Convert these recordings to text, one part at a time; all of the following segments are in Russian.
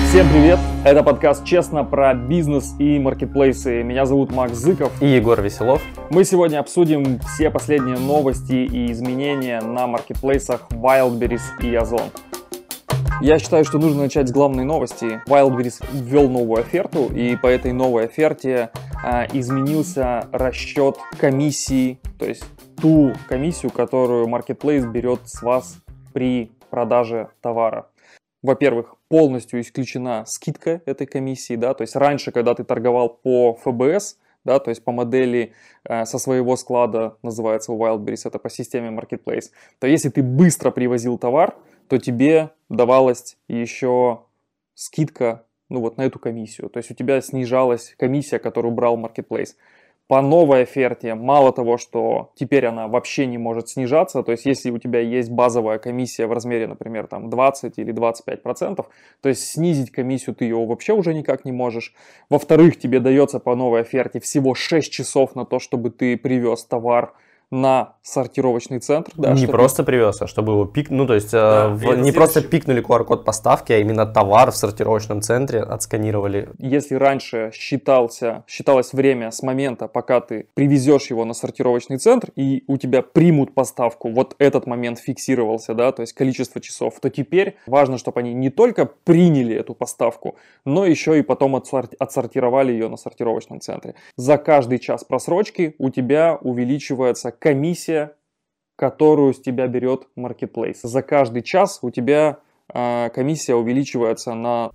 Всем привет! Это подкаст «Честно» про бизнес и маркетплейсы. Меня зовут Макс Зыков и Егор Веселов. Мы сегодня обсудим все последние новости и изменения на маркетплейсах Wildberries и Озон. Я считаю, что нужно начать с главной новости. Wildberries ввел новую оферту, и по этой новой оферте изменился расчет комиссии, то есть ту комиссию, которую маркетплейс берет с вас при продаже товара. Во-первых, полностью исключена скидка этой комиссии, да, то есть раньше, когда ты торговал по ФБС, да, то есть по модели со своего склада, называется у Wildberries, это по системе Marketplace, то если ты быстро привозил товар, то тебе давалась еще скидка, ну вот на эту комиссию, то есть у тебя снижалась комиссия, которую брал Marketplace. По новой оферте, мало того, что теперь она вообще не может снижаться, то есть если у тебя есть базовая комиссия в размере, например, там 20 или 25%, то есть снизить комиссию ты ее вообще уже никак не можешь. Во-вторых, тебе дается по новой оферте всего 6 часов на то, чтобы ты привез товар на сортировочный центр. Да, не просто привез, а чтобы его пикнули, ну то есть не просто пикнули QR-код поставки, а именно товар в сортировочном центре отсканировали. Если раньше считалось время с момента, пока ты привезешь его на сортировочный центр и у тебя примут поставку, вот этот момент фиксировался, да, то есть количество часов, то теперь важно, чтобы они не только приняли эту поставку, но еще и потом отсортировали ее на сортировочном центре. За каждый час просрочки у тебя увеличивается комиссия, которую с тебя берет Marketplace. За каждый час у тебя комиссия увеличивается на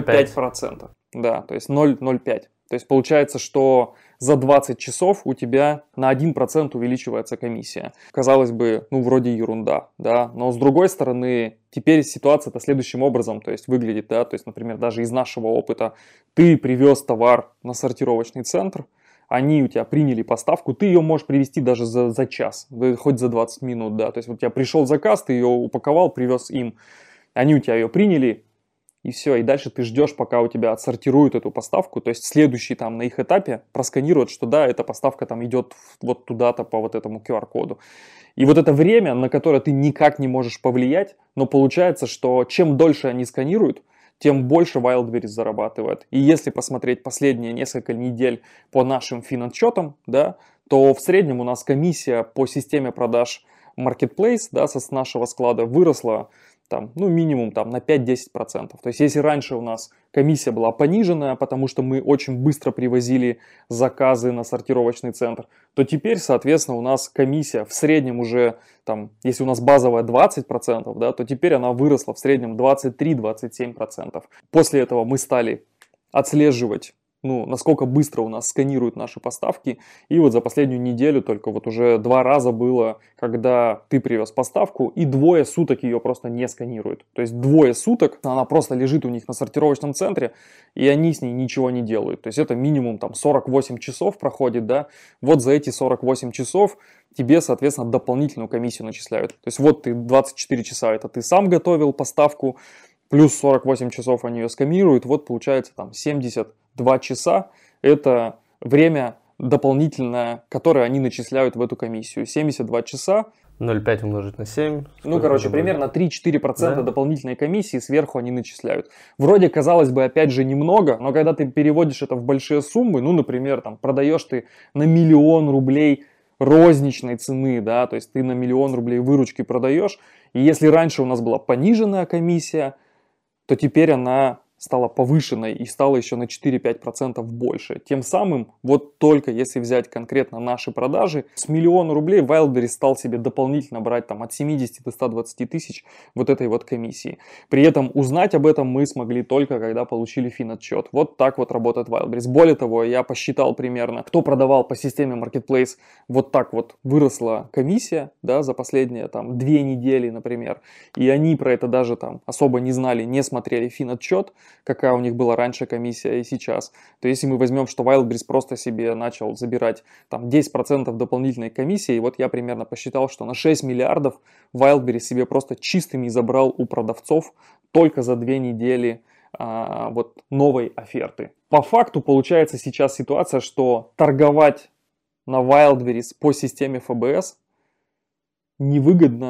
0,5%. Да, то есть 0,05. То есть получается, что за 20 часов у тебя на 1% увеличивается комиссия. Казалось бы, ну вроде ерунда, да, но с другой стороны, теперь ситуация-то следующим образом, то есть выглядит, да, то есть, например, даже из нашего опыта, ты привез товар на сортировочный центр, они у тебя приняли поставку, ты ее можешь привезти даже за час, хоть за 20 минут, да, то есть у тебя пришел заказ, ты ее упаковал, привез им, они у тебя ее приняли, и все, и дальше ты ждешь, пока у тебя отсортируют эту поставку, то есть следующий там на их этапе просканируют, что да, эта поставка там идет вот туда-то по вот этому QR-коду. И вот это время, на которое ты никак не можешь повлиять, но получается, что чем дольше они сканируют, тем больше Wildberries зарабатывает. И если посмотреть последние несколько недель по нашим финотчетам, да, то в среднем у нас комиссия по системе продаж Marketplace, да, с нашего склада выросла там, ну, минимум там, на 5-10%. То есть если раньше у нас комиссия была пониженная, потому что мы очень быстро привозили заказы на сортировочный центр, то теперь, соответственно, у нас комиссия в среднем уже, там, если у нас базовая 20%, да, то теперь она выросла в среднем 23-27%. После этого мы стали отслеживать, ну, насколько быстро у нас сканируют наши поставки. И вот за последнюю неделю только вот уже 2 раза было, когда ты привез поставку, и 2 суток ее просто не сканируют. То есть 2 суток она просто лежит у них на сортировочном центре, и они с ней ничего не делают. То есть это минимум там 48 часов проходит, да. Вот за эти 48 часов тебе, соответственно, дополнительную комиссию начисляют. То есть вот ты 24 часа, это ты сам готовил поставку, плюс 48 часов они ее сканируют, вот получается там 72 часа, это время дополнительное, которое они начисляют в эту комиссию. 72 часа. 0,5 умножить на 7. Ну, короче, примерно 3-4% дополнительной комиссии сверху они начисляют. Вроде, казалось бы, опять же немного, но когда ты переводишь это в большие суммы, ну, например, там продаешь ты на 1 000 000 рублей розничной цены, да, то есть ты на 1 000 000 рублей выручки продаешь, и если раньше у нас была пониженная комиссия, то теперь она стала повышенной и стала еще на 4-5% больше. Тем самым, вот только если взять конкретно наши продажи, с 1 000 000 рублей Wildberries стал себе дополнительно брать там от 70 до 120 тысяч вот этой вот комиссии. При этом узнать об этом мы смогли только когда получили финотчет. Вот так вот работает Wildberries. Более того, я посчитал примерно, кто продавал по системе Marketplace, вот так вот выросла комиссия, да, за последние там 2 недели, например. И они про это даже там особо не знали, не смотрели финотчет, какая у них была раньше комиссия и сейчас, то если мы возьмем, что Wildberries просто себе начал забирать там 10% дополнительной комиссии, вот я примерно посчитал, что на 6 миллиардов Wildberries себе просто чистыми забрал у продавцов только за 2 недели вот новой оферты. По факту получается сейчас ситуация, что торговать на Wildberries по системе ФБС невыгодно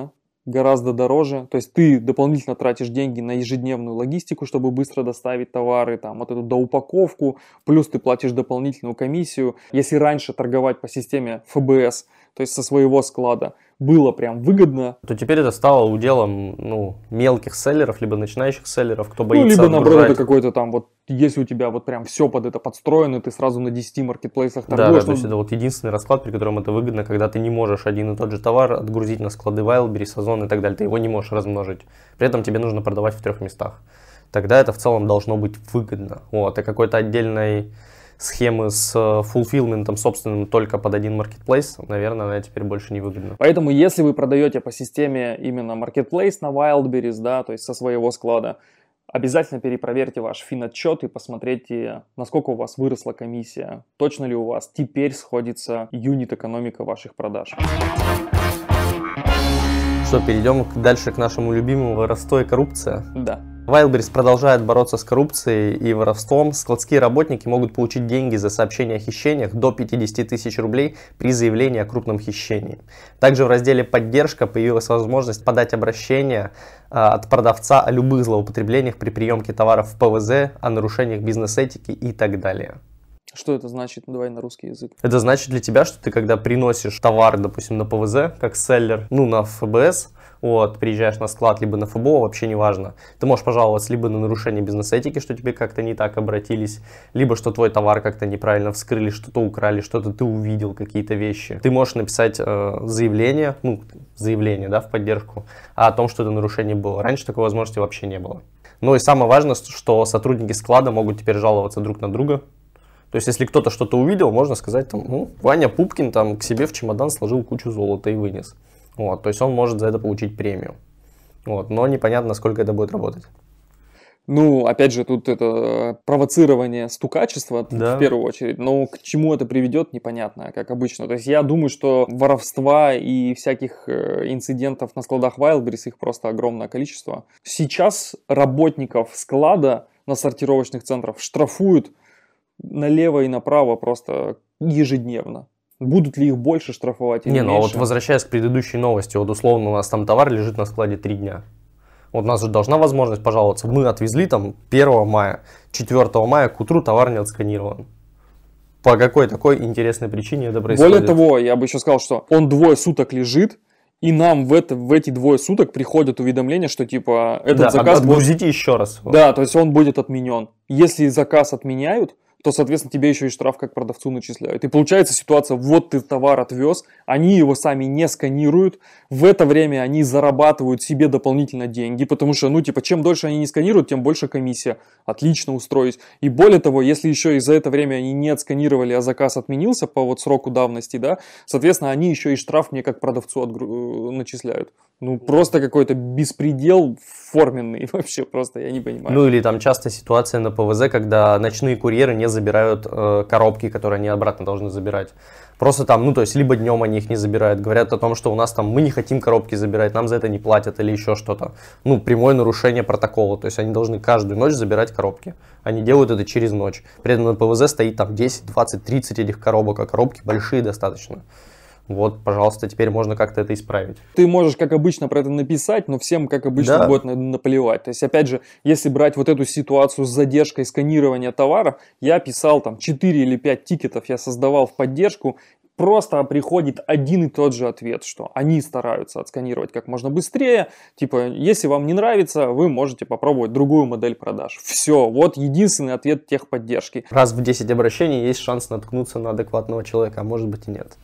гораздо дороже. То есть ты дополнительно тратишь деньги на ежедневную логистику, чтобы быстро доставить товары, там вот эту доупаковку, плюс ты платишь дополнительную комиссию. Если раньше торговать по системе ФБС, то есть со своего склада, было прям выгодно, то теперь это стало уделом мелких селлеров, либо начинающих селлеров, кто боится либо наоборот отгружать. это какой-то там вот, если у тебя вот прям все под это подстроено, ты сразу на 10 маркетплейсах Да, торгуешь. то есть это вот единственный расклад, при котором это выгодно, когда ты не можешь один и тот же товар отгрузить на склады Wildberries, Озон и так далее, ты его не можешь размножить. При этом тебе нужно продавать в 3 местах. Тогда это в целом должно быть выгодно. Вот, и какой-то отдельной схемы с фулфилментом собственным только под один маркетплейс, наверное, она теперь больше не выгодна. Поэтому, если вы продаете по системе именно маркетплейс на Wildberries, да, то есть со своего склада, обязательно перепроверьте ваш финотчет и посмотрите, насколько у вас выросла комиссия. Точно ли у вас теперь сходится юнит-экономика ваших продаж. Что, перейдем дальше к нашему любимому воровству и коррупция? Да. Wildberries продолжает бороться с коррупцией и воровством. Складские работники могут получить деньги за сообщение о хищениях до 50 тысяч рублей при заявлении о крупном хищении. Также в разделе «Поддержка» появилась возможность подать обращение от продавца о любых злоупотреблениях при приемке товаров в ПВЗ, о нарушениях бизнес-этики и так далее. Что это значит? Давай на русский язык. Это значит для тебя, что ты когда приносишь товар, допустим, на ПВЗ, как селлер, на ФБС, вот, приезжаешь на склад, либо на ФБО, вообще не важно. Ты можешь пожаловаться либо на нарушение бизнес-этики, что тебе как-то не так обратились, либо что твой товар как-то неправильно вскрыли, что-то украли, что-то ты увидел, какие-то вещи. Ты можешь написать заявление, да, в поддержку о том, что это нарушение было. Раньше такой возможности вообще не было. Ну и самое важное, что сотрудники склада могут теперь жаловаться друг на друга. То есть, если кто-то что-то увидел, можно сказать, Ваня Пупкин там к себе в чемодан сложил кучу золота и вынес. Вот, то есть, он может за это получить премию. Вот, но непонятно, насколько это будет работать. Опять же, тут это провоцирование стукачества, да, в первую очередь. Но к чему это приведет, непонятно, как обычно. То есть, я думаю, что воровства и всяких инцидентов на складах Wildberries, их просто огромное количество. Сейчас работников склада на сортировочных центрах штрафуют налево и направо просто ежедневно. Будут ли их больше штрафовать или меньше? Вот возвращаясь к предыдущей новости, вот условно у нас там товар лежит на складе 3 дня. Вот у нас же должна возможность пожаловаться. Мы отвезли там 1 мая, 4 мая к утру товар не отсканирован. По какой такой интересной причине это происходит? Более того, я бы еще сказал, что он 2 суток лежит, и нам в эти 2 суток приходят уведомления, что типа этот заказ... Отгрузите еще раз. Да, то есть он будет отменен. Если заказ отменяют, то, соответственно, тебе еще и штраф как продавцу начисляют. И получается ситуация, вот ты товар отвез, они его сами не сканируют, в это время они зарабатывают себе дополнительно деньги, потому что, чем дольше они не сканируют, тем больше комиссия. Отлично устроить. И более того, если еще и за это время они не отсканировали, а заказ отменился по сроку давности, да, соответственно, они еще и штраф мне как продавцу начисляют. Просто какой-то беспредел форменный вообще, просто я не понимаю. Или там частая ситуация на ПВЗ, когда ночные курьеры не забирают коробки, которые они обратно должны забирать. Просто там, то есть, либо днем они их не забирают, говорят о том, что у нас там мы не хотим коробки забирать, нам за это не платят или еще что-то. Прямое нарушение протокола, то есть, они должны каждую ночь забирать коробки. Они делают это через ночь. При этом на ПВЗ стоит там 10, 20, 30 этих коробок, а коробки большие достаточно. Вот, пожалуйста, теперь можно как-то это исправить. Ты можешь, как обычно, про это написать, но всем, как обычно, будет наплевать. То есть, опять же, если брать вот эту ситуацию с задержкой сканирования товара, я писал там 4 или 5 тикетов, я создавал в поддержку, просто приходит один и тот же ответ, что они стараются отсканировать как можно быстрее. Типа, если вам не нравится, вы можете попробовать другую модель продаж. Все, вот единственный ответ техподдержки. Раз в 10 обращений есть шанс наткнуться на адекватного человека, а может быть и нет.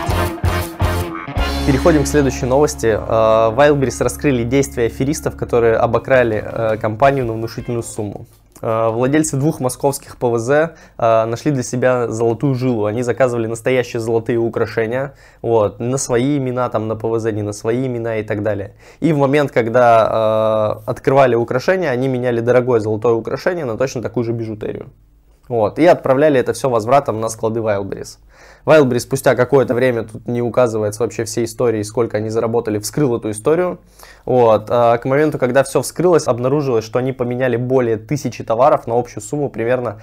Переходим к следующей новости. Wildberries раскрыли действия аферистов, которые обокрали компанию на внушительную сумму. Владельцы 2 московских ПВЗ нашли для себя золотую жилу. Они заказывали настоящие золотые украшения, на свои имена, там на ПВЗ, не на свои имена и так далее. И в момент, когда открывали украшения, они меняли дорогое золотое украшение на точно такую же бижутерию. И отправляли это все возвратом на склады Wildberries. Wildberries спустя какое-то время, тут не указывается вообще все истории, сколько они заработали, вскрыл эту историю. К моменту, когда все вскрылось, обнаружилось, что они поменяли более 1000 товаров на общую сумму примерно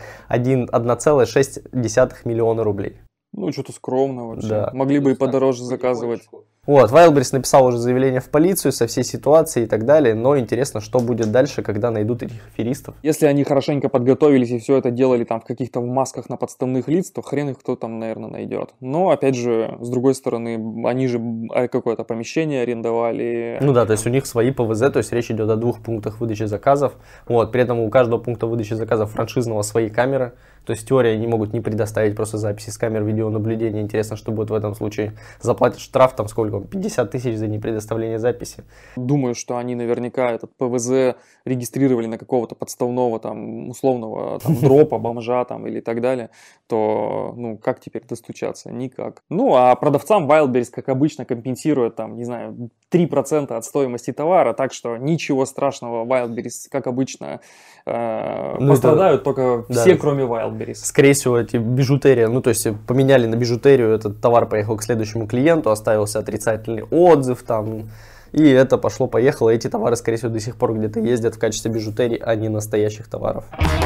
1,6 миллиона рублей. Что-то скромно вообще. Да. Могли бы и подороже заказывать. Вот, Wildberries написал уже заявление в полицию со всей ситуацией и так далее, но интересно, что будет дальше, когда найдут этих аферистов. Если они хорошенько подготовились и все это делали там в каких-то масках на подставных лиц, то хрен их кто там, наверное, найдет. Но, опять же, с другой стороны, они же какое-то помещение арендовали. Ну да, то есть у них свои ПВЗ, то есть речь идет о 2 пунктах выдачи заказов. Вот, при этом у каждого пункта выдачи заказов франшизного свои камеры. То есть в теории они могут не предоставить просто записи с камер видеонаблюдения. Интересно, что будет в этом случае. Заплатят штраф, там сколько, 50 тысяч за непредоставление записи. Думаю, что они наверняка этот ПВЗ регистрировали на какого-то подставного, там, условного там, дропа, бомжа там, или так далее, то, ну, как теперь достучаться? Никак. Ну, а продавцам Wildberries, как обычно, компенсирует, там, не знаю, 3% от стоимости товара, так что ничего страшного, Wildberries, как обычно, пострадают только все, кроме Wildberries. Скорее всего, эти бижутерия, ну, то есть поменяли на бижутерию, этот товар поехал к следующему клиенту, оставился отрицательный отзыв, там, и это пошло-поехало. Эти товары, скорее всего, до сих пор где-то ездят в качестве бижутерии, а не настоящих товаров.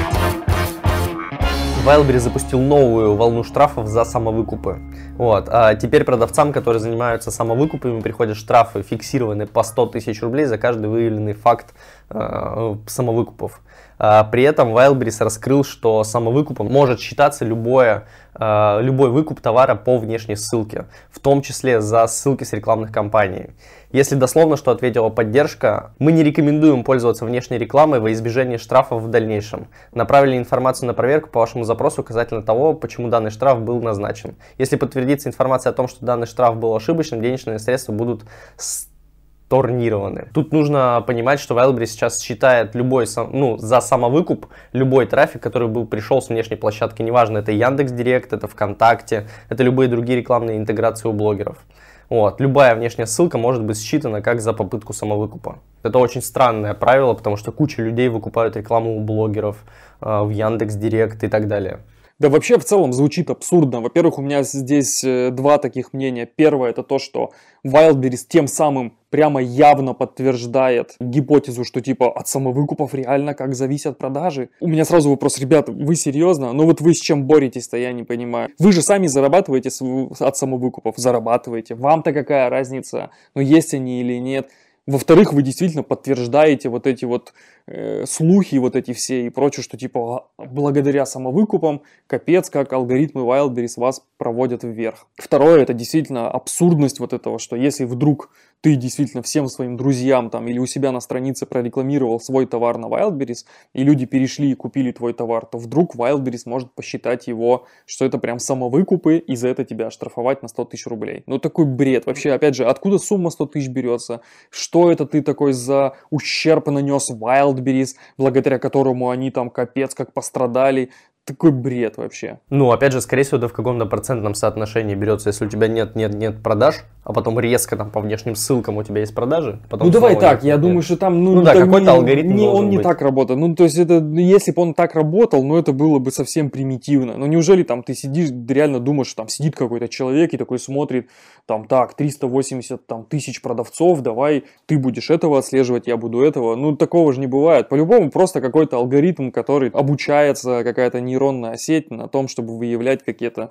Wildberries запустил новую волну штрафов за самовыкупы. Вот. А теперь продавцам, которые занимаются самовыкупами, приходят штрафы, фиксированные по 100 тысяч рублей за каждый выявленный факт самовыкупов. При этом Wildberries раскрыл, что самовыкупом может считаться любой выкуп товара по внешней ссылке, в том числе за ссылки с рекламных кампаний. Если дословно, что ответила поддержка, мы не рекомендуем пользоваться внешней рекламой во избежание штрафов в дальнейшем. Направили информацию на проверку по вашему запросу касательно того, почему данный штраф был назначен. Если подтвердится информация о том, что данный штраф был ошибочным, денежные средства будут торнированы. Тут нужно понимать, что Wildberries сейчас считает за самовыкуп любой трафик, который пришел с внешней площадки. Неважно, это Яндекс.Директ, это ВКонтакте, это любые другие рекламные интеграции у блогеров. Вот. Любая внешняя ссылка может быть считана как за попытку самовыкупа. Это очень странное правило, потому что куча людей выкупают рекламу у блогеров, в Яндекс.Директ и так далее. Да вообще в целом звучит абсурдно. Во-первых, у меня здесь два таких мнения. Первое, это то, что Wildberries тем самым прямо явно подтверждает гипотезу, что типа от самовыкупов реально как зависят продажи. У меня сразу вопрос, ребята, вы серьезно? Ну вот вы с чем боретесь-то, я не понимаю. Вы же сами зарабатываете от самовыкупов, зарабатываете. Вам-то какая разница, ну есть они или нет. Во-вторых, вы действительно подтверждаете вот эти вот слухи, вот эти все и прочее, что типа благодаря самовыкупам капец, как алгоритмы Wildberries вас проводят вверх. Второе, это действительно абсурдность вот этого, что если вдруг ты действительно всем своим друзьям там или у себя на странице прорекламировал свой товар на Wildberries, и люди перешли и купили твой товар, то вдруг Wildberries может посчитать его, что это прям самовыкупы, и за это тебя оштрафовать на 100 тысяч рублей. Ну такой бред. Вообще, опять же, откуда сумма 100 тысяч берется? Что это ты такой за ущерб нанес Wildberries, благодаря которому они там капец как пострадали? Такой бред вообще. Ну, опять же, скорее всего, это в каком-то процентном соотношении берется. Если у тебя нет продаж, а потом резко там по внешним ссылкам у тебя есть продажи. Потом ну, давай так, я думаю, что там... Ну да, какой-то алгоритм он не так работает. Ну, то есть, это, если бы он так работал, ну, это было бы совсем примитивно. Но неужели там ты сидишь, реально думаешь, что там сидит какой-то человек и такой смотрит, там, так, 380 там, тысяч продавцов, давай ты будешь этого отслеживать, я буду этого. Ну, такого же не бывает. По-любому просто какой-то алгоритм, который обучается, какая-то нейронная сеть на том, чтобы выявлять какие-то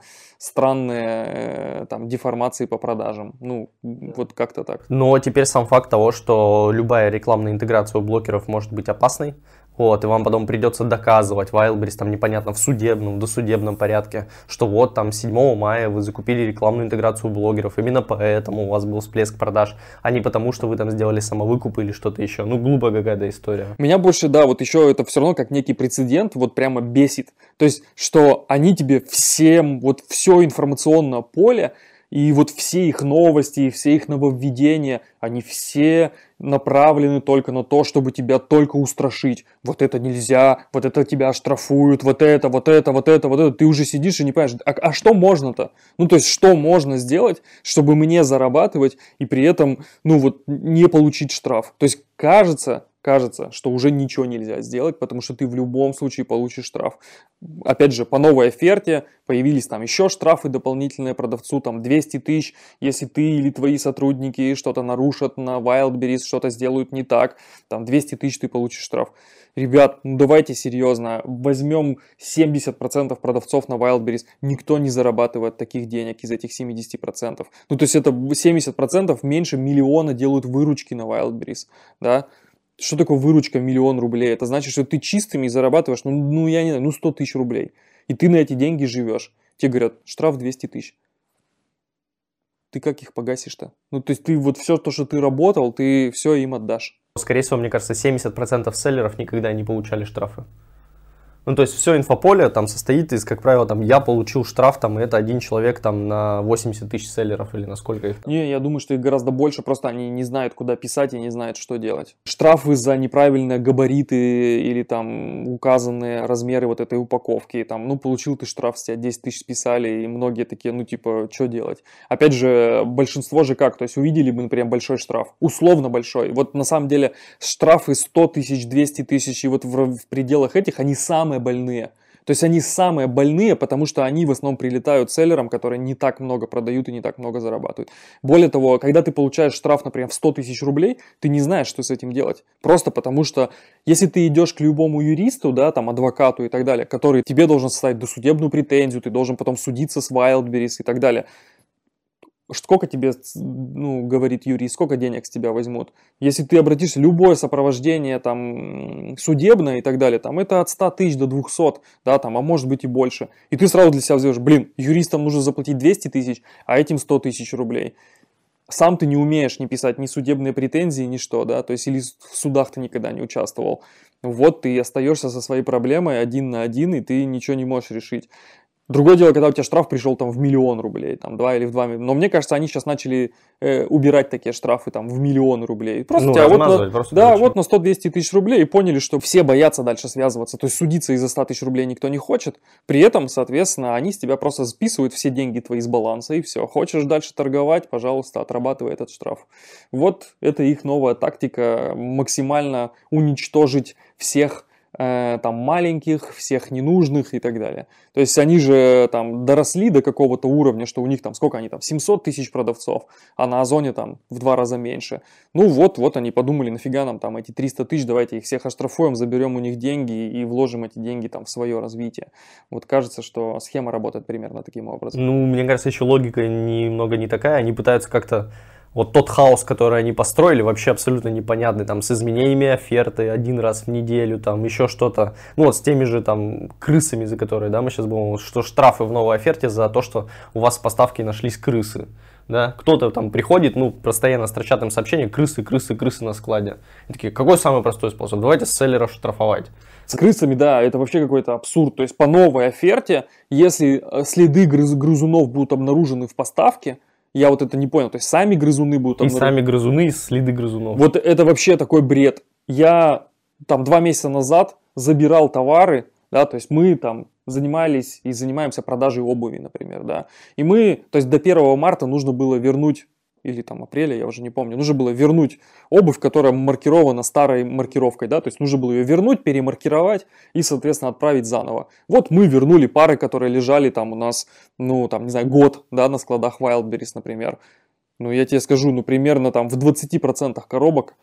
странные там деформации по продажам. Ну, вот как-то так. Но теперь сам факт того, что любая рекламная интеграция у блогеров может быть опасной. Вот, и вам потом придется доказывать Wildberries, там непонятно, в судебном, досудебном порядке, что вот там 7 мая вы закупили рекламную интеграцию у блогеров, именно поэтому у вас был всплеск продаж, а не потому, что вы там сделали самовыкуп или что-то еще. Ну, глупая какая-то история. Меня больше, да, вот еще это все равно как некий прецедент, вот прямо бесит. То есть, что они тебе всем, вот все информационное поле, и вот все их новости, и все их нововведения, они все направлены только на то, чтобы тебя только устрашить. Вот это нельзя, вот это тебя оштрафуют, вот это. Ты уже сидишь и не понимаешь, а что можно-то? Ну, то есть, что можно сделать, чтобы мне зарабатывать и при этом, ну, вот, не получить штраф? То есть, кажется, кажется, что уже ничего нельзя сделать, потому что ты в любом случае получишь штраф. Опять же, по новой оферте появились там еще штрафы дополнительные продавцу, там 200 тысяч, если ты или твои сотрудники что-то нарушат на Wildberries, что-то сделают не так, там 200 тысяч ты получишь штраф. Ребят, ну давайте серьезно, возьмем 70% продавцов на Wildberries, никто не зарабатывает таких денег из этих 70%. Ну то есть это 70% меньше миллиона делают выручки на Wildberries, да. Что такое выручка 1 000 000 рублей? Это значит, что ты чистыми зарабатываешь, ну я не знаю, 100 тысяч рублей. И ты на эти деньги живешь. Тебе говорят, штраф 200 тысяч. Ты как их погасишь-то? Ну, то есть ты вот все то, что ты работал, ты все им отдашь. Скорее всего, мне кажется, 70% селлеров никогда не получали штрафы. Ну, то есть все инфополе там состоит из, как правило, там я получил штраф, там, и это один человек там на 80 тысяч селлеров или на сколько их там. Не, я думаю, что их гораздо больше, просто они не знают, куда писать и не знают, что делать. Штрафы за неправильные габариты или там указанные размеры вот этой упаковки, там, ну, получил ты штраф, с тебя 10 тысяч списали, и многие такие, ну, типа, что делать? Опять же, большинство же как, то есть увидели бы, например, большой штраф, условно большой, вот на самом деле штрафы 100 тысяч, 200 тысяч, и вот в пределах этих они самые больные. То есть они самые больные, потому что они в основном прилетают селлерам, которые не так много продают и не так много зарабатывают. Более того, когда ты получаешь штраф, например, в 100 тысяч рублей, ты не знаешь, что с этим делать. Просто потому что, если ты идешь к любому юристу, да, там, адвокату и так далее, который тебе должен составить досудебную претензию, ты должен потом судиться с Wildberries и так далее, сколько тебе, ну, говорит юрист, сколько денег с тебя возьмут? Если ты обратишься, любое сопровождение там судебное и так далее, там это от 100 тысяч до 200, да, там, а может быть и больше. И ты сразу для себя взвешиваешь, блин, юристам нужно заплатить 200 тысяч, а этим 100 тысяч рублей. Сам ты не умеешь не писать ни судебные претензии, ни что, да, то есть или в судах ты никогда не участвовал. Вот ты остаешься со своей проблемой один на один, и ты ничего не можешь решить. Другое дело, когда у тебя штраф пришел там в 1 000 000 рублей, там 2 или в 2 миллиона. Но мне кажется, они сейчас начали убирать такие штрафы там в 1 000 000 рублей. Просто ну, тебя просто вот на 100-200 тысяч рублей и поняли, что все боятся дальше связываться. То есть судиться из-за 100 тысяч рублей никто не хочет. При этом, соответственно, они с тебя просто списывают все деньги твои с баланса и все. Хочешь дальше торговать, пожалуйста, отрабатывай этот штраф. Вот это их новая тактика, максимально уничтожить всех там маленьких, всех ненужных и так далее. То есть они же там доросли до какого-то уровня, что у них там, сколько они там, 700 тысяч продавцов, а на Озоне там в 2 раза меньше. Ну вот они подумали, нафига нам там эти 300 тысяч, давайте их всех оштрафуем, заберем у них деньги и вложим эти деньги там в свое развитие. Вот кажется, что схема работает примерно таким образом. Ну, мне кажется, еще логика немного не такая, они пытаются как-то вот тот хаос, который они построили, вообще абсолютно непонятный, там, с изменениями оферты один раз в неделю, там, еще что-то, ну, вот с теми же, там, крысами, за которые, да, мы сейчас будем, что штрафы в новой оферте за то, что у вас в поставке нашлись крысы, да, кто-то там приходит, ну, постоянно строчат им сообщения, крысы на складе, и такие, какой самый простой способ? Давайте селлеров штрафовать. С крысами, да, это вообще какой-то абсурд, то есть по новой оферте, если следы грызунов будут обнаружены в поставке, я вот это не понял. То есть сами грызуны будут обнаружены. И сами грызуны, и следы грызунов. Вот это вообще такой бред. Я там 2 месяца назад забирал товары, да, то есть мы там занимались и занимаемся продажей обуви, например, да. И мы, то есть до 1 марта нужно было вернуть, или там апреля, я уже не помню, нужно было вернуть обувь, которая маркирована старой маркировкой, да, то есть нужно было ее вернуть, перемаркировать и, соответственно, отправить заново. Вот мы вернули пары, которые лежали там у нас, ну, там, не знаю, год, да, на складах Wildberries, например. Ну, я тебе скажу, ну, примерно там в 20% коробок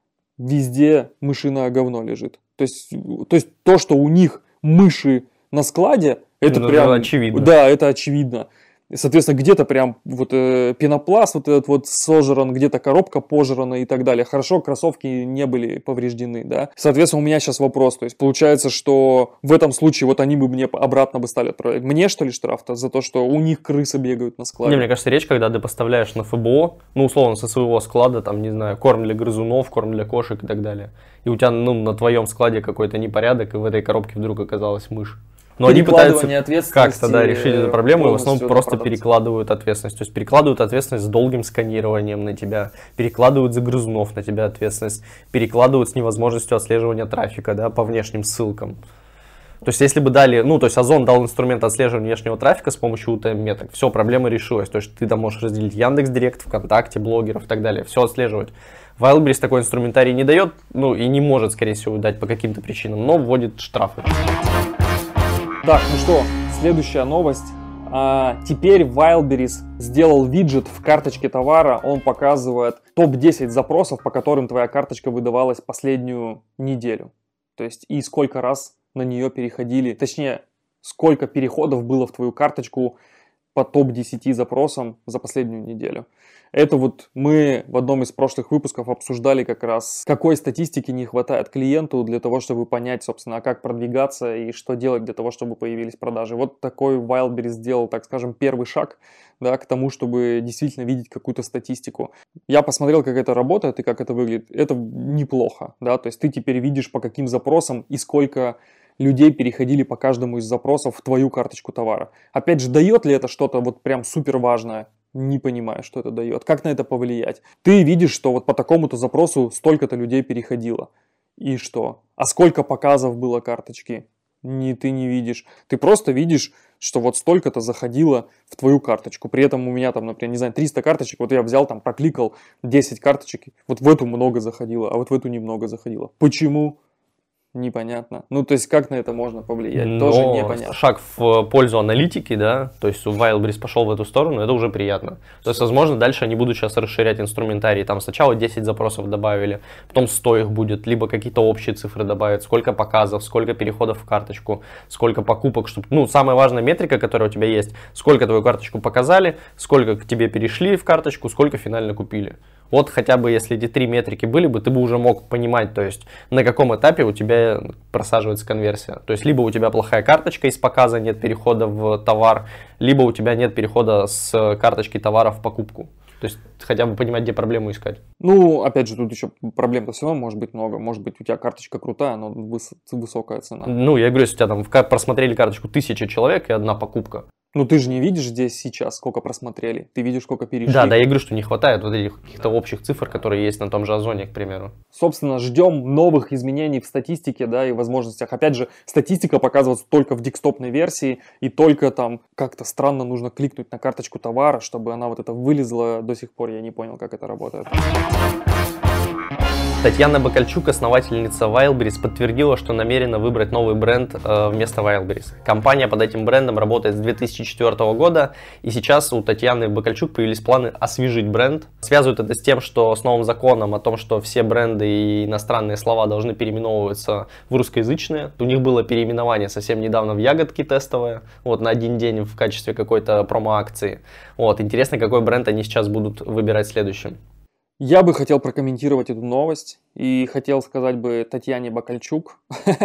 везде мышиное говно лежит. То есть то, что у них мыши на складе, это прям... очевидно. Да, это очевидно. И, соответственно, где-то прям вот пенопласт вот этот вот сожран, где-то коробка пожрана и так далее. Хорошо, кроссовки не были повреждены, да. Соответственно, у меня сейчас вопрос, то есть получается, что в этом случае вот они бы мне обратно бы стали отправлять. Мне что ли штраф-то за то, что у них крысы бегают на складе? Не, мне кажется, речь, когда ты поставляешь на ФБО, ну, условно, со своего склада, там, не знаю, корм для грызунов, корм для кошек и так далее. И у тебя, ну, на твоем складе какой-то непорядок, и в этой коробке вдруг оказалась мышь. Но они пытаются как-то, да, решить эту проблему и в основном просто перекладывают ответственность. То есть перекладывают ответственность с долгим сканированием на тебя, перекладывают за грызунов на тебя ответственность, перекладывают с невозможностью отслеживания трафика, да, по внешним ссылкам. То есть если бы дали, ну, то есть Озон дал инструмент отслеживания внешнего трафика с помощью UTM-меток, все, проблема решилась. То есть ты там можешь разделить Яндекс.Директ, ВКонтакте, блогеров и так далее, все отслеживать. Wildberries такой инструментарий не дает, ну и не может, скорее всего, дать по каким-то причинам, но вводит штрафы. Так, ну что, следующая новость. Теперь Wildberries сделал виджет в карточке товара, он показывает топ-10 запросов, по которым твоя карточка выдавалась последнюю неделю. То есть и сколько раз на нее переходили, точнее, сколько переходов было в твою карточку по топ-10 запросам за последнюю неделю. Это вот мы в одном из прошлых выпусков обсуждали как раз, какой статистики не хватает клиенту для того, чтобы понять, собственно, как продвигаться и что делать для того, чтобы появились продажи. Вот такой Wildberries сделал, так скажем, первый шаг, да, к тому, чтобы действительно видеть какую-то статистику. Я посмотрел, как это работает и как это выглядит. Это неплохо, да, то есть ты теперь видишь, по каким запросам и сколько людей переходили по каждому из запросов в твою карточку товара. Опять же, дает ли это что-то вот прям супер важное? Не понимаю, что это дает. Как на это повлиять? Ты видишь, что вот по такому-то запросу столько-то людей переходило. И что? А сколько показов было карточки? Ты не видишь. Ты просто видишь, что вот столько-то заходило в твою карточку. При этом у меня там, например, не знаю, 300 карточек. Вот я взял там, прокликал 10 карточек. Вот в эту много заходило, а вот в эту немного заходило. Почему? Непонятно. Ну, то есть, как на это можно повлиять? Тоже непонятно. Шаг в пользу аналитики, да, то есть Wildberries пошел в эту сторону, это уже приятно. То есть, возможно, дальше они будут сейчас расширять инструментарий. Там сначала 10 запросов добавили, потом 100 их будет, либо какие-то общие цифры добавят, сколько показов, сколько переходов в карточку, сколько покупок, чтобы, ну, самая важная метрика, которая у тебя есть, сколько твою карточку показали, сколько к тебе перешли в карточку, сколько финально купили. Вот хотя бы если эти 3 метрики были бы, ты бы уже мог понимать, то есть на каком этапе у тебя просаживается конверсия. То есть либо у тебя плохая карточка из показа, нет перехода в товар, либо у тебя нет перехода с карточки товара в покупку. То есть хотя бы понимать, где проблему искать. Ну, опять же, тут еще проблем-то все равно может быть много. Может быть, у тебя карточка крутая, но высокая цена. Ну, я говорю, если у тебя там просмотрели карточку 1000 человек и одна покупка. Ну, ты же не видишь здесь сейчас, сколько просмотрели. Ты видишь, сколько перешли. Да, я говорю, что не хватает вот этих каких-то общих цифр, которые есть на том же Озоне, к примеру. Собственно, ждем новых изменений в статистике, да, и возможностях. Опять же, статистика показывается только в декстопной версии, и только там как-то странно нужно кликнуть на карточку товара, чтобы она вот это вылезла. До сих пор я не понял, как это работает. Татьяна Бакальчук, основательница Wildberries, подтвердила, что намерена выбрать новый бренд вместо Wildberries. Компания под этим брендом работает с 2004 года, и сейчас у Татьяны Бакальчук появились планы освежить бренд. Связывают это с тем, что с новым законом о том, что все бренды и иностранные слова должны переименовываться в русскоязычные. У них было переименование совсем недавно в Ягодки тестовое, вот на один день в качестве какой-то промо-акции. Вот, интересно, какой бренд они сейчас будут выбирать следующим. Я бы хотел прокомментировать эту новость и хотел сказать бы Татьяне Бакальчук,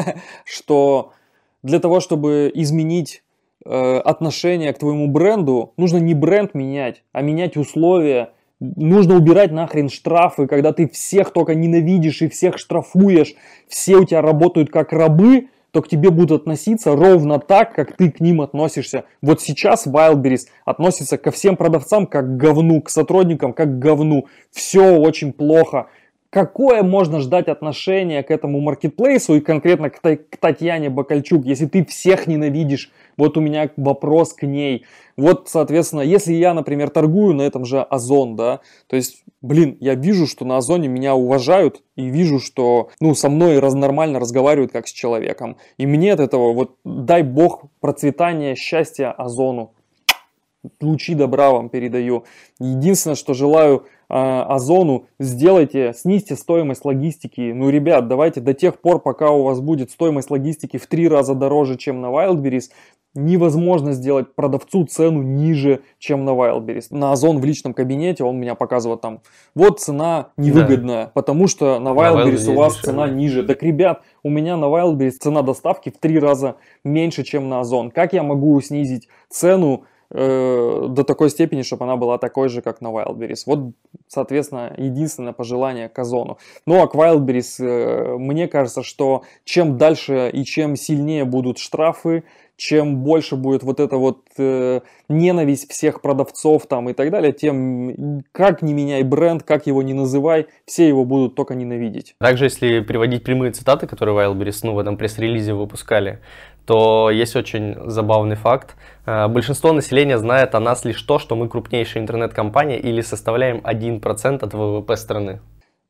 что для того, чтобы изменить отношение к твоему бренду, нужно не бренд менять, а менять условия. Нужно убирать нахрен штрафы, когда ты всех только ненавидишь и всех штрафуешь, все у тебя работают как рабы, то к тебе будут относиться ровно так, как ты к ним относишься. Вот сейчас Wildberries относится ко всем продавцам как к говну, к сотрудникам как к говну. Все очень плохо. Какое можно ждать отношение к этому маркетплейсу и конкретно к Татьяне Бакальчук, если ты всех ненавидишь? Вот у меня вопрос к ней. Вот, соответственно, если я, например, торгую на этом же Озон, да, то есть, блин, я вижу, что на Озоне меня уважают и вижу, что, ну, со мной нормально разговаривают как с человеком. И мне от этого, вот, дай бог процветания, счастья Озону. Лучи добра вам передаю. Единственное, что желаю Озону, снизьте стоимость логистики. Ну, ребят, давайте до тех пор, пока у вас будет стоимость логистики в 3 раза дороже, чем на Wildberries, невозможно сделать продавцу цену ниже, чем на Wildberries. На Озон в личном кабинете он меня показывает там, вот цена невыгодная, да, потому что на Wildberries у вас цена ниже. Так, ребят, у меня на Wildberries цена доставки в 3 раза меньше, чем на Озон. Как я могу снизить цену до такой степени, чтобы она была такой же, как на Wildberries? Вот, соответственно, единственное пожелание к Озону. Ну, а к Wildberries, мне кажется, что чем дальше и чем сильнее будут штрафы, чем больше будет вот эта вот ненависть всех продавцов там и так далее, тем, как не меняй бренд, как его не называй, все его будут только ненавидеть. Также, если приводить прямые цитаты, которые Wildberries в этом пресс-релизе выпускали, то есть очень забавный факт. Большинство населения знает о нас лишь то, что мы крупнейшая интернет-компания или составляем 1% от ВВП страны.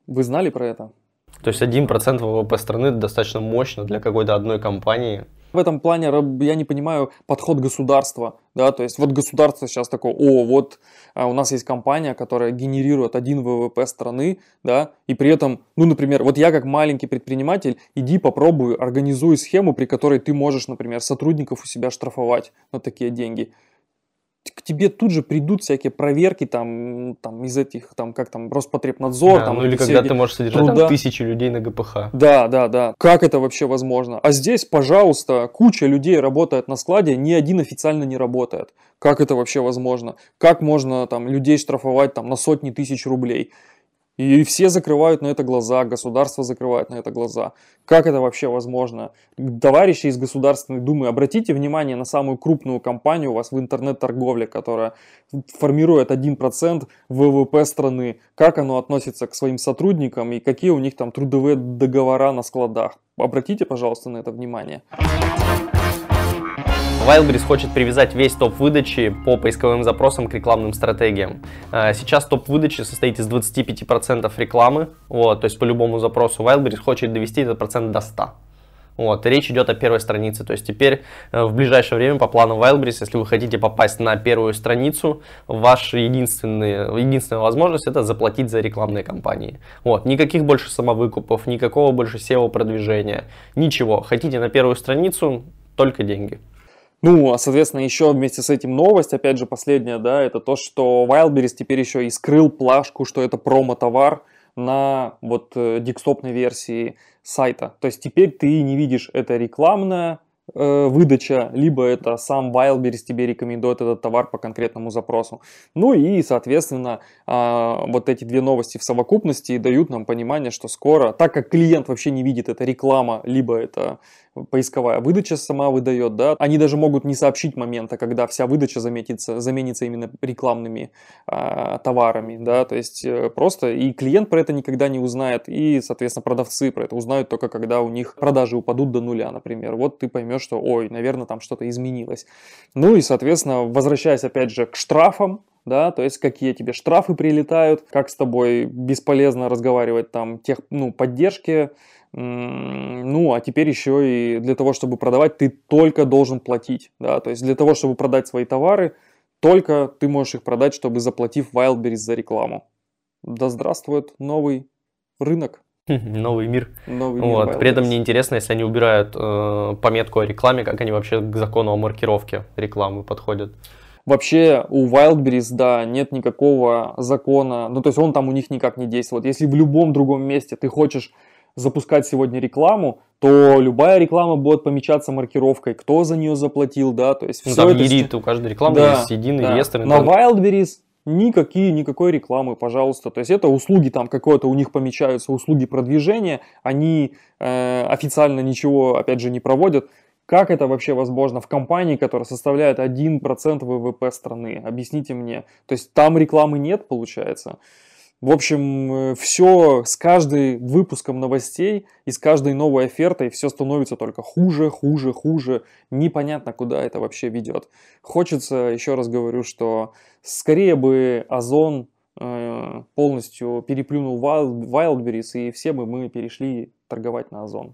Вы знали про это? То есть 1% ВВП страны достаточно мощно для какой-то одной компании. В этом плане я не понимаю подход государства, да, то есть вот государство сейчас такое, вот у нас есть компания, которая генерирует 1 ВВП страны, да, и при этом, ну, например, вот я как маленький предприниматель, иди попробуй, организуй схему, при которой ты можешь, например, сотрудников у себя штрафовать на такие деньги. К тебе тут же придут всякие проверки там из этих, там, как там, Роспотребнадзор. Да, там, ну или когда ты можешь содержать там 1000 людей на ГПХ. Да. Как это вообще возможно? А здесь, пожалуйста, куча людей работает на складе, ни один официально не работает. Как это вообще возможно? Как можно там людей штрафовать там на сотни тысяч рублей? И все закрывают на это глаза, государство закрывает на это глаза. Как это вообще возможно? Товарищи из Государственной Думы, обратите внимание на самую крупную компанию у вас в интернет-торговле, которая формирует 1% ВВП страны. Как оно относится к своим сотрудникам и какие у них там трудовые договора на складах. Обратите, пожалуйста, на это внимание. Wildberries хочет привязать весь топ выдачи по поисковым запросам к рекламным стратегиям. Сейчас топ выдачи состоит из 25% рекламы, то есть по любому запросу Wildberries хочет довести этот процент до 100%. Речь идет о первой странице, то есть теперь в ближайшее время по плану Wildberries, если вы хотите попасть на первую страницу, ваша единственная возможность это заплатить за рекламные кампании. Никаких больше самовыкупов, никакого больше SEO-продвижения, ничего. Хотите на первую страницу, только деньги. Ну, а соответственно, еще вместе с этим новость, опять же, последняя, да, это то, что Wildberries теперь еще и скрыл плашку, что это промо-товар на вот десктопной версии сайта. То есть теперь ты не видишь, это рекламная выдача, либо это сам Wildberries тебе рекомендует этот товар по конкретному запросу. Ну и, соответственно, вот эти две новости в совокупности дают нам понимание, что скоро, так как клиент вообще не видит, это реклама, либо это поисковая выдача сама выдает, да, они даже могут не сообщить момента, когда вся выдача заменится именно рекламными товарами, да, то есть просто и клиент про это никогда не узнает, и, соответственно, продавцы про это узнают только когда у них продажи упадут до нуля, например. Вот ты поймешь, что, ой, наверное, там что-то изменилось. Ну и, соответственно, возвращаясь опять же к штрафам, да, то есть какие тебе штрафы прилетают, как с тобой бесполезно разговаривать там поддержки. Ну, а теперь еще и для того, чтобы продавать, ты только должен платить, да, то есть для того, чтобы продать свои товары, только ты можешь их продать, чтобы заплатив Wildberries за рекламу. Да здравствует новый рынок. Новый мир. При этом мне интересно, если они убирают пометку о рекламе, как они вообще к закону о маркировке рекламы подходят. Вообще у Wildberries, да, нет никакого закона, ну то есть он там у них никак не действует. Если в любом другом месте ты хочешь запускать сегодня рекламу, то любая реклама будет помечаться маркировкой, кто за нее заплатил, да, то есть все там это... ЕРИТ, у каждой рекламы есть единый реестр. На Wildberries никакой рекламы, пожалуйста, то есть это услуги там какое-то у них помечаются, услуги продвижения, они официально ничего, опять же, не проводят. Как это вообще возможно в компании, которая составляет 1% ВВП страны? Объясните мне. То есть там рекламы нет, получается? В общем, все с каждым выпуском новостей и с каждой новой офертой все становится только хуже. Непонятно, куда это вообще ведет. Хочется, еще раз говорю, что скорее бы Озон полностью переплюнул Wildberries, и все бы мы перешли торговать на Озон.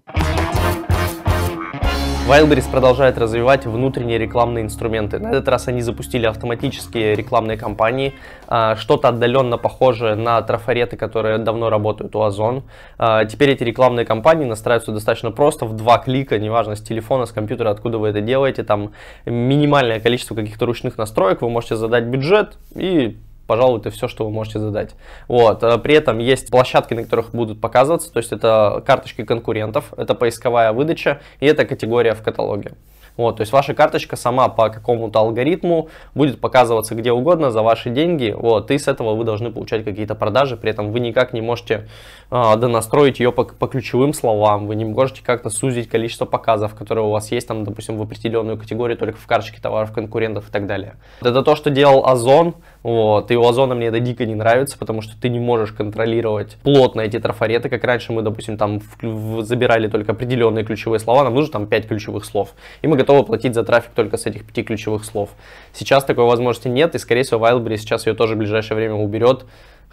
Wildberries продолжает развивать внутренние рекламные инструменты. На этот раз они запустили автоматические рекламные кампании, что-то отдаленно похожее на трафареты, которые давно работают у Озон. Теперь эти рекламные кампании настраиваются достаточно просто, в 2 клика, неважно, с телефона, с компьютера, откуда вы это делаете. Там минимальное количество каких-то ручных настроек, вы можете задать бюджет и... пожалуй, это все, что вы можете задать. При этом есть площадки, на которых будут показываться, то есть это карточки конкурентов, это поисковая выдача и это категория в каталоге. То есть ваша карточка сама по какому-то алгоритму будет показываться где угодно за ваши деньги, и с этого вы должны получать какие-то продажи, при этом вы никак не можете донастроить ее по ключевым словам, вы не можете как-то сузить количество показов, которые у вас есть, там, допустим, в определенную категорию, только в карточке товаров конкурентов и так далее. Это то, что делал Озон, и у Озона мне это дико не нравится, потому что ты не можешь контролировать плотно эти трафареты, как раньше мы, допустим, там забирали только определенные ключевые слова, нам нужно там 5 ключевых слов, и мы готовы платить за трафик только с этих 5 ключевых слов. Сейчас такой возможности нет, и, скорее всего, Wildberries сейчас ее тоже в ближайшее время уберет.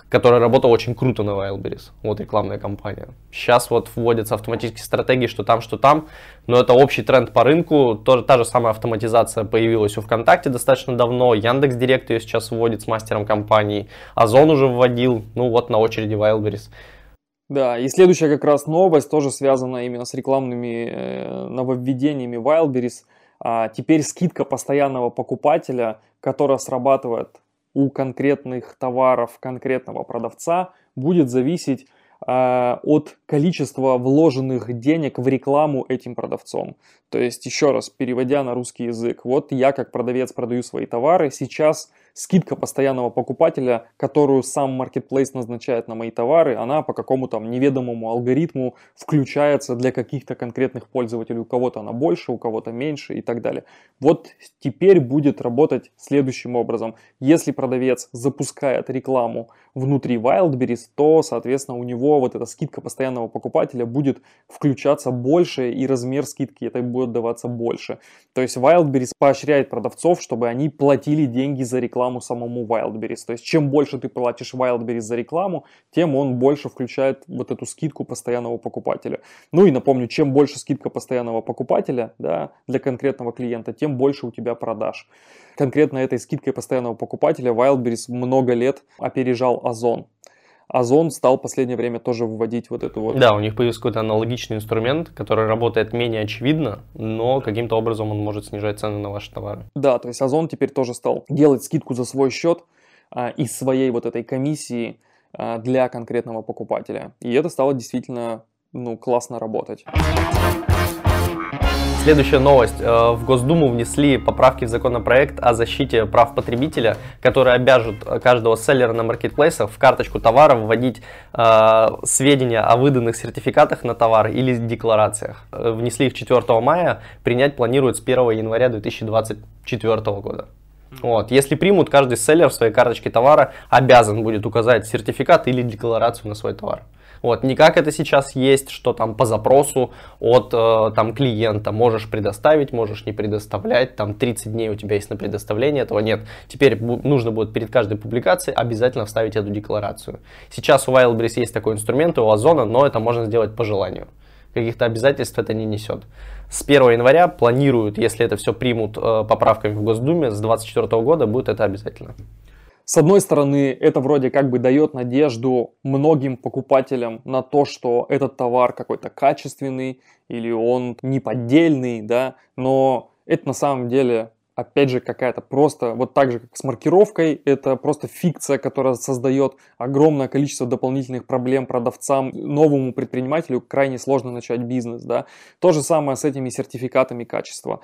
который работал очень круто на Wildberries, вот рекламная кампания. Сейчас вот вводятся автоматические стратегии, что там, но это общий тренд по рынку. Тоже та же самая автоматизация появилась у ВКонтакте достаточно давно, Яндекс.Директ ее сейчас вводит с мастером компании, Озон уже вводил, ну вот на очереди Wildberries. Да, и следующая как раз новость тоже связана именно с рекламными нововведениями Wildberries. Теперь скидка постоянного покупателя, которая срабатывает у конкретных товаров конкретного продавца, будет зависеть от количества вложенных денег в рекламу этим продавцом. То есть, еще раз, переводя на русский язык, вот я как продавец продаю свои товары, сейчас скидка постоянного покупателя, которую сам Marketplace назначает на мои товары, она по какому-то неведомому алгоритму включается для каких-то конкретных пользователей. У кого-то она больше, у кого-то меньше и так далее. Вот теперь будет работать следующим образом. Если продавец запускает рекламу внутри Wildberries, то, соответственно, у него вот эта скидка постоянного покупателя будет включаться больше, и размер скидки этой будет даваться больше. То есть Wildberries поощряет продавцов, чтобы они платили деньги за рекламу самому Wildberries. То есть чем больше ты платишь Wildberries за рекламу, тем он больше включает вот эту скидку постоянного покупателя. Ну и напомню, чем больше скидка постоянного покупателя, да, для конкретного клиента, тем больше у тебя продаж. Конкретно этой скидкой постоянного покупателя Wildberries много лет опережал Озон. Озон стал в последнее время тоже вводить вот эту вот... Да, у них появился какой-то аналогичный инструмент, который работает менее очевидно, но каким-то образом он может снижать цены на ваши товары. Да, то есть Озон теперь тоже стал делать скидку за свой счет из своей вот этой комиссии для конкретного покупателя. И это стало действительно классно работать. Следующая новость. В Госдуму внесли поправки в законопроект о защите прав потребителя, которые обяжут каждого селлера на маркетплейсах в карточку товара вводить сведения о выданных сертификатах на товар или декларациях. Внесли их 4 мая, принять планируют с 1 января 2024 года. Вот. Если примут, каждый селлер в своей карточке товара обязан будет указать сертификат или декларацию на свой товар. Вот. Не как это сейчас есть, что там по запросу от клиента можешь предоставить, можешь не предоставлять, там 30 дней у тебя есть на предоставление, этого нет. Теперь нужно будет перед каждой публикацией обязательно вставить эту декларацию. Сейчас у Wildberries есть такой инструмент, и у Озона, но это можно сделать по желанию. Каких-то обязательств это не несет. С 1 января планируют, если это все примут поправками в Госдуме, с 2024 года будет это обязательно. С одной стороны, это вроде как бы дает надежду многим покупателям на то, что этот товар какой-то качественный или он не поддельный, да, но это на самом деле, опять же, какая-то просто, вот так же, как с маркировкой, это просто фикция, которая создает огромное количество дополнительных проблем продавцам. Новому предпринимателю крайне сложно начать бизнес, да. То же самое с этими сертификатами качества.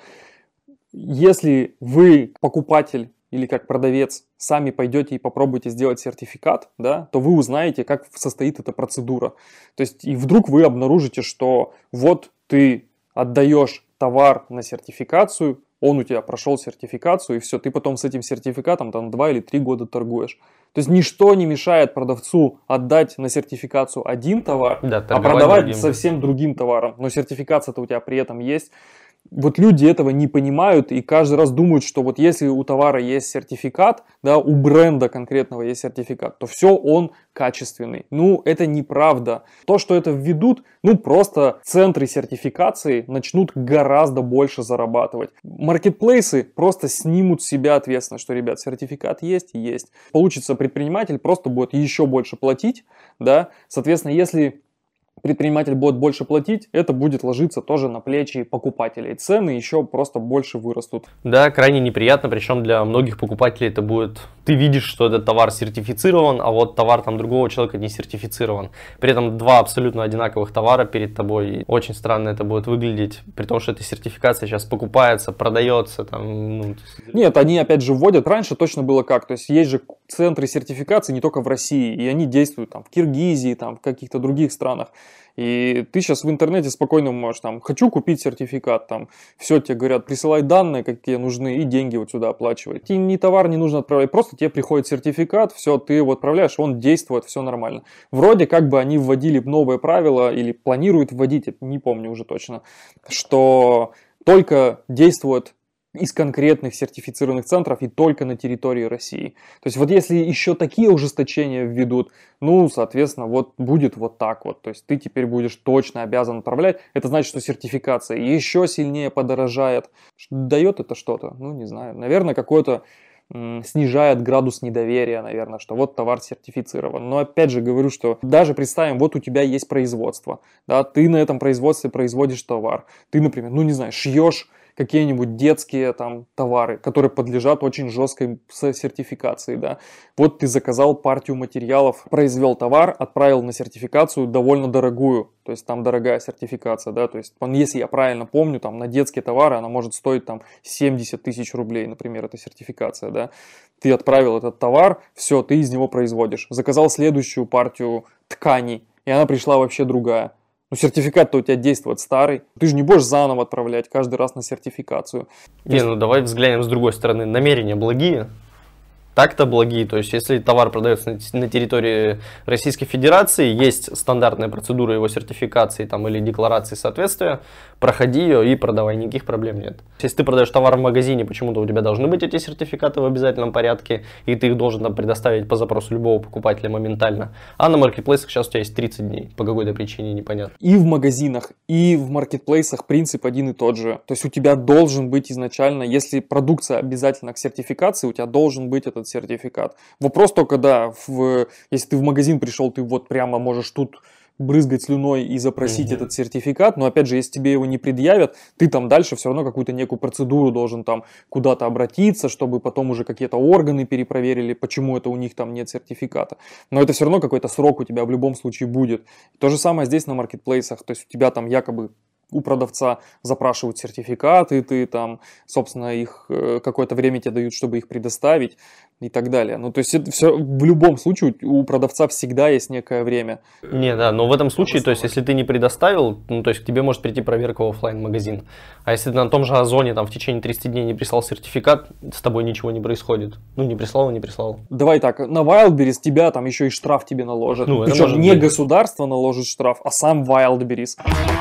Если вы, покупатель, или как продавец сами пойдете и попробуете сделать сертификат, да, то вы узнаете, как состоит эта процедура. То есть и вдруг вы обнаружите, что вот ты отдаешь товар на сертификацию, он у тебя прошел сертификацию, и все, ты потом с этим сертификатом там 2 или 3 года торгуешь. То есть ничто не мешает продавцу отдать на сертификацию один товар, да, а продавать другим. Совсем другим товаром. Но сертификация-то у тебя при этом есть. Вот люди этого не понимают и каждый раз думают, что вот если у товара есть сертификат, да, у бренда конкретного есть сертификат, то все, он качественный. Ну, это неправда. То, что это введут, просто центры сертификации начнут гораздо больше зарабатывать. Маркетплейсы просто снимут с себя ответственность, что, ребят, сертификат есть. Получится, предприниматель просто будет еще больше платить, да, соответственно, если предприниматель будет больше платить, это будет ложиться тоже на плечи покупателей. Цены еще просто больше вырастут. Да, крайне неприятно, причем для многих покупателей это будет... Ты видишь, что этот товар сертифицирован, а вот товар там другого человека не сертифицирован. При этом два абсолютно одинаковых товара перед тобой. Очень странно это будет выглядеть, при том, что эта сертификация сейчас покупается, продается. Там, Нет, они опять же вводят. Раньше точно было как. То есть есть же центры сертификации не только в России, и они действуют там в Киргизии, там в каких-то других странах. И ты сейчас в интернете спокойно можешь, там, хочу купить сертификат, там, все тебе говорят, присылай данные, какие нужны, и деньги вот сюда оплачивай. Тебе ни товар не нужно отправлять, просто тебе приходит сертификат, все, ты его отправляешь, он действует, все нормально. Вроде как бы они вводили новые правила, или планируют вводить, не помню уже точно, что только действует из конкретных сертифицированных центров и только на территории России. То есть вот если еще такие ужесточения введут, ну, соответственно, вот будет вот так вот. То есть ты теперь будешь точно обязан отправлять. Это значит, что сертификация еще сильнее подорожает. Дает это что-то? Ну, не знаю. Наверное, какое-то снижает градус недоверия, наверное, что вот товар сертифицирован. Но опять же говорю, что даже представим, вот у тебя есть производство, да, ты на этом производстве производишь товар. Ты, например, ну не знаю, шьешь какие-нибудь детские там товары, которые подлежат очень жесткой сертификации, да. Вот ты заказал партию материалов, произвел товар, отправил на сертификацию довольно дорогую, то есть там дорогая сертификация, да, то есть если я правильно помню, там на детские товары она может стоить там 70 тысяч рублей, например, эта сертификация, да. Ты отправил этот товар, все, ты из него производишь. Заказал следующую партию тканей, и она пришла вообще другая. Ну, сертификат-то у тебя действует старый. Ты же не будешь заново отправлять каждый раз на сертификацию. Не, ну давай взглянем с другой стороны. Намерения благие. Так-то благие. То есть, если товар продается на территории Российской Федерации, есть стандартная процедура его сертификации там, или декларации соответствия, проходи ее и продавай, никаких проблем нет. Если ты продаешь товар в магазине, почему-то у тебя должны быть эти сертификаты в обязательном порядке, и ты их должен там предоставить по запросу любого покупателя моментально. А на маркетплейсах сейчас у тебя есть 30 дней, по какой-то причине непонятно. И в магазинах, и в маркетплейсах принцип один и тот же. То есть у тебя должен быть изначально, если продукция обязательно к сертификации, у тебя должен быть этот сертификат. Вопрос только, да, если ты в магазин пришел, ты вот прямо можешь тут брызгать слюной и запросить этот сертификат, но опять же, если тебе его не предъявят, ты там дальше все равно какую-то некую процедуру должен там куда-то обратиться, чтобы потом уже какие-то органы перепроверили, почему это у них там нет сертификата. Но это все равно какой-то срок у тебя в любом случае будет. То же самое здесь на маркетплейсах, то есть у тебя там якобы у продавца запрашивают сертификаты, ты там, собственно, их какое-то время тебе дают, чтобы их предоставить и так далее. Ну, то есть это все в любом случае у продавца всегда есть некое время. Не, да, но в этом случае, то есть, если ты не предоставил, ну, то есть, к тебе может прийти проверка в офлайн-магазин. А если ты на том же Озоне там в течение 30 дней не прислал сертификат, с тобой ничего не происходит. Ну, не прислал, не прислал. Давай так, на Wildberries тебя там еще и штраф тебе наложат. Ну, причем не государство наложит штраф, а сам Wildberries.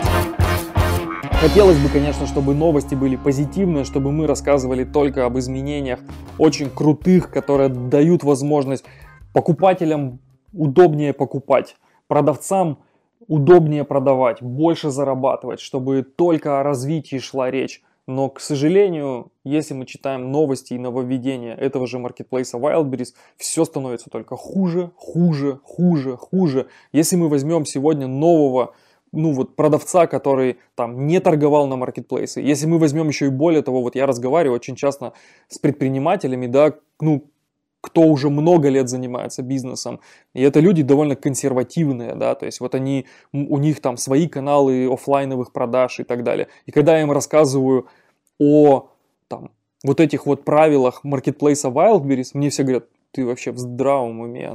Хотелось бы, конечно, чтобы новости были позитивные, чтобы мы рассказывали только об изменениях очень крутых, которые дают возможность покупателям удобнее покупать, продавцам удобнее продавать, больше зарабатывать, чтобы только о развитии шла речь. Но, к сожалению, если мы читаем новости и нововведения этого же маркетплейса Wildberries, все становится только хуже, хуже, хуже, хуже. Если мы возьмем сегодня нового продавца, который там не торговал на маркетплейсе. Если мы возьмем еще и более того, вот я разговариваю очень часто с предпринимателями, да, кто уже много лет занимается бизнесом, и это люди довольно консервативные, да, то есть вот у них там свои каналы офлайновых продаж и так далее. И когда я им рассказываю о там вот этих вот правилах маркетплейса Wildberries, мне все говорят: ты вообще в здравом уме,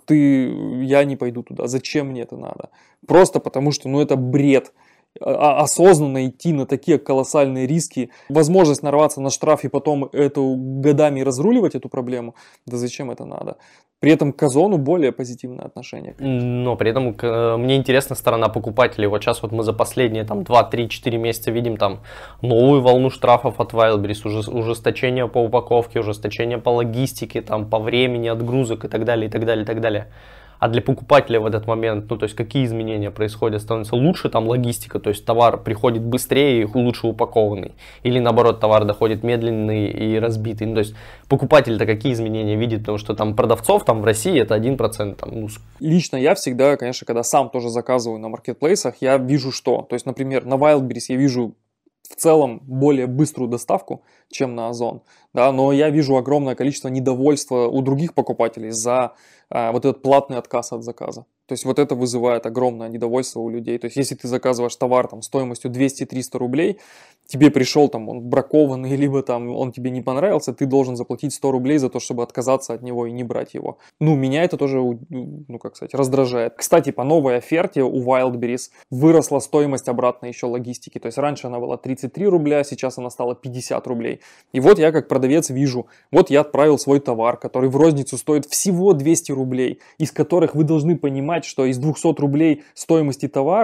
я не пойду туда, зачем мне это надо? Просто потому что, это бред. Осознанно идти на такие колоссальные риски, возможность нарваться на штраф и потом годами разруливать эту проблему, да зачем это надо? При этом к Озону более позитивное отношение. Но при этом мне интересна сторона покупателей. Вот сейчас вот мы за последние 2-3-4 месяца видим там новую волну штрафов от Wildberries, ужесточение по упаковке, ужесточение по логистике, там, по времени отгрузок и так далее, и так далее, и так далее. А для покупателя в этот момент, то есть какие изменения происходят? Становится лучше там логистика, то есть товар приходит быстрее и лучше упакованный? Или наоборот, товар доходит медленный и разбитый? То есть покупатель-то какие изменения видит? Потому что там продавцов в России это 1%. Лично я всегда, конечно, когда сам тоже заказываю на маркетплейсах, я вижу что? То есть, например, на Wildberries я вижу в целом более быструю доставку, чем на Озон, да, но я вижу огромное количество недовольства у других покупателей за вот этот платный отказ от заказа. То есть вот это вызывает огромное недовольство у людей. То есть если ты заказываешь товар стоимостью 200-300 рублей, тебе пришел он бракованный, либо он тебе не понравился, ты должен заплатить 100 рублей за то, чтобы отказаться от него и не брать его. Меня это тоже, раздражает. Кстати, по новой оферте у Wildberries выросла стоимость обратной еще логистики. То есть раньше она была 33 рубля, сейчас она стала 50 рублей. И вот я как продавец вижу, вот я отправил свой товар, который в розницу стоит всего 200 рублей, из которых вы должны понимать, что из 200 рублей стоимости товара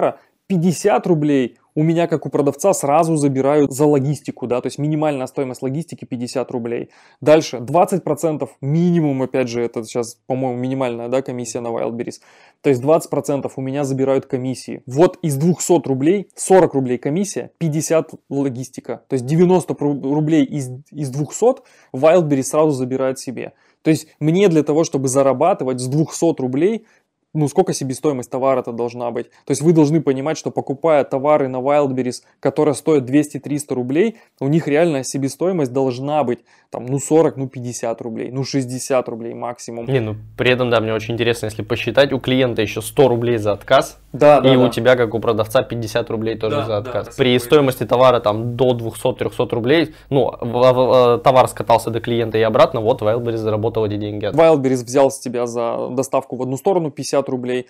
50 рублей у меня, как у продавца, сразу забирают за логистику, да, то есть минимальная стоимость логистики 50 рублей. Дальше 20% минимум, опять же, это сейчас, по-моему, минимальная, да, комиссия на Wildberries. То есть 20% у меня забирают комиссии. Вот из 200 рублей 40 рублей комиссия, 50 логистика. То есть 90 рублей из 200 Wildberries сразу забирает себе. То есть мне для того, чтобы зарабатывать с 200 рублей, ну, сколько себестоимость товара-то должна быть? То есть вы должны понимать, что покупая товары на Wildberries, которые стоят 200-300 рублей, у них реальная себестоимость должна быть там, ну, 40, ну, 50 рублей, ну, 60 рублей максимум. Не, ну, при этом, да, мне очень интересно, если посчитать, у клиента еще 100 рублей за отказ, да, и да, у тебя, как у продавца, 50 рублей тоже да, за отказ. Да, при стоимости товара там до 200-300 рублей, ну, товар скатался до клиента и обратно, вот Wildberries заработал эти деньги. Wildberries взял с тебя за доставку в одну сторону 50 рублей,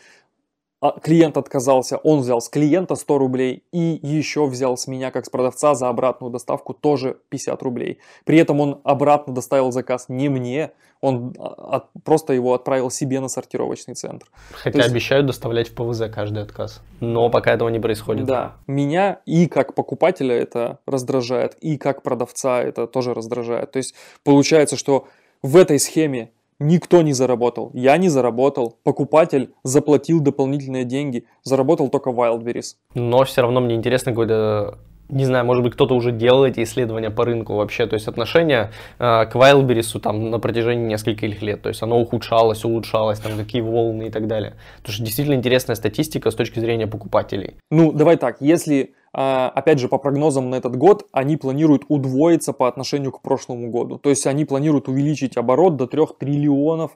а клиент отказался, он взял с клиента 100 рублей и еще взял с меня, как с продавца, за обратную доставку тоже 50 рублей. При этом он обратно доставил заказ не мне, он просто его отправил себе на сортировочный центр. Хотя обещают доставлять в ПВЗ каждый отказ, но пока этого не происходит. Да, меня и как покупателя это раздражает, и как продавца это тоже раздражает. То есть получается, что в этой схеме никто не заработал, я не заработал, покупатель заплатил дополнительные деньги, заработал только Wildberries. Но все равно мне интересно какой-то, не знаю, может быть, кто-то уже делал эти исследования по рынку вообще, то есть отношение к Wildberries там на протяжении нескольких лет, то есть оно ухудшалось, улучшалось, там какие волны и так далее. Потому что действительно интересная статистика с точки зрения покупателей. Ну, давай так, если, опять же, по прогнозам на этот год, они планируют удвоиться по отношению к прошлому году, то есть они планируют увеличить оборот до 3 триллионов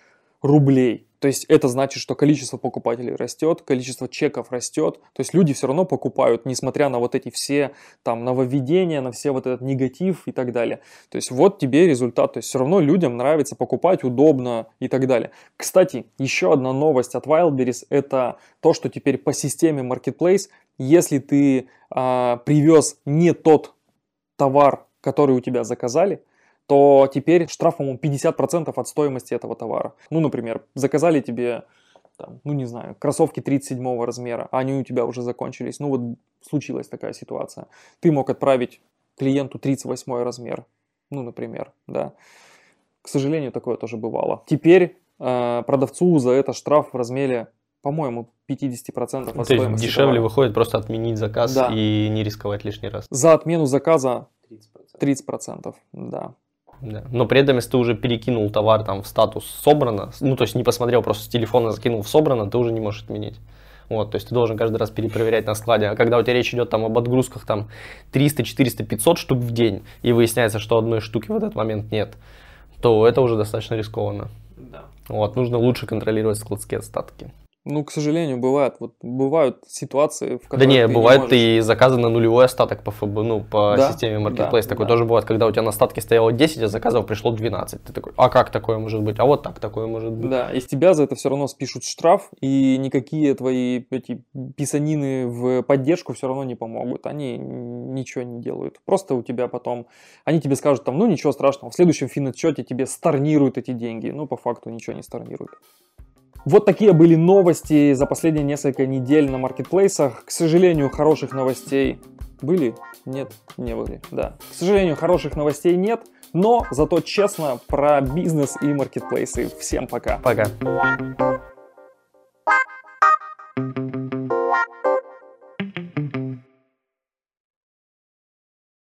рублей. То есть это значит, что количество покупателей растет, количество чеков растет. То есть люди все равно покупают, несмотря на вот эти все там нововведения, на все вот этот негатив и так далее. То есть вот тебе результат. То есть все равно людям нравится покупать, удобно и так далее. Кстати, еще одна новость от Wildberries — это то, что теперь по системе Marketplace, если ты привез не тот товар, который у тебя заказали, то теперь штраф, по-моему, 50% от стоимости этого товара. Ну, например, заказали тебе, там, ну, не знаю, кроссовки 37 размера, а они у тебя уже закончились. Ну, вот случилась такая ситуация. Ты мог отправить клиенту 38 размер, ну, например, да. К сожалению, такое тоже бывало. Теперь продавцу за это штраф в размере, по-моему, 50% от стоимости. То есть дешевле товара. Выходит просто отменить заказ, да, и не рисковать лишний раз. За отмену заказа 30%, да. Да. Но при этом, если ты уже перекинул товар там в статус «собрано», ну, то есть не посмотрел, просто с телефона закинул в «собрано», ты уже не можешь отменить. Вот, то есть ты должен каждый раз перепроверять на складе. А когда у тебя речь идет там об отгрузках там 300, 400, 500 штук в день, и выясняется, что одной штуки в этот момент нет, то это уже достаточно рискованно. Да. Вот, нужно лучше контролировать складские остатки. Ну, к сожалению, бывают ситуации, в которых да не, ты бывает не можешь... и заказы на нулевой остаток по ФБ, ну, по да, системе Marketplace. Да, такое да. тоже бывает, когда у тебя на остатке стояло 10, а заказов пришло 12. Ты такой, а как такое может быть? А вот так такое может быть. Да, и с тебя за это все равно спишут штраф, и никакие твои эти писанины в поддержку все равно не помогут. Они ничего не делают. Просто у тебя потом... Они тебе скажут, там, ну, ничего страшного, в следующем финотчете тебе сторнируют эти деньги. Ну, по факту ничего не сторнируют. Вот такие были новости за последние несколько недель на маркетплейсах. К сожалению, хороших новостей были? Нет, не были, да. К сожалению, хороших новостей нет, но зато честно про бизнес и маркетплейсы. Всем пока. Пока.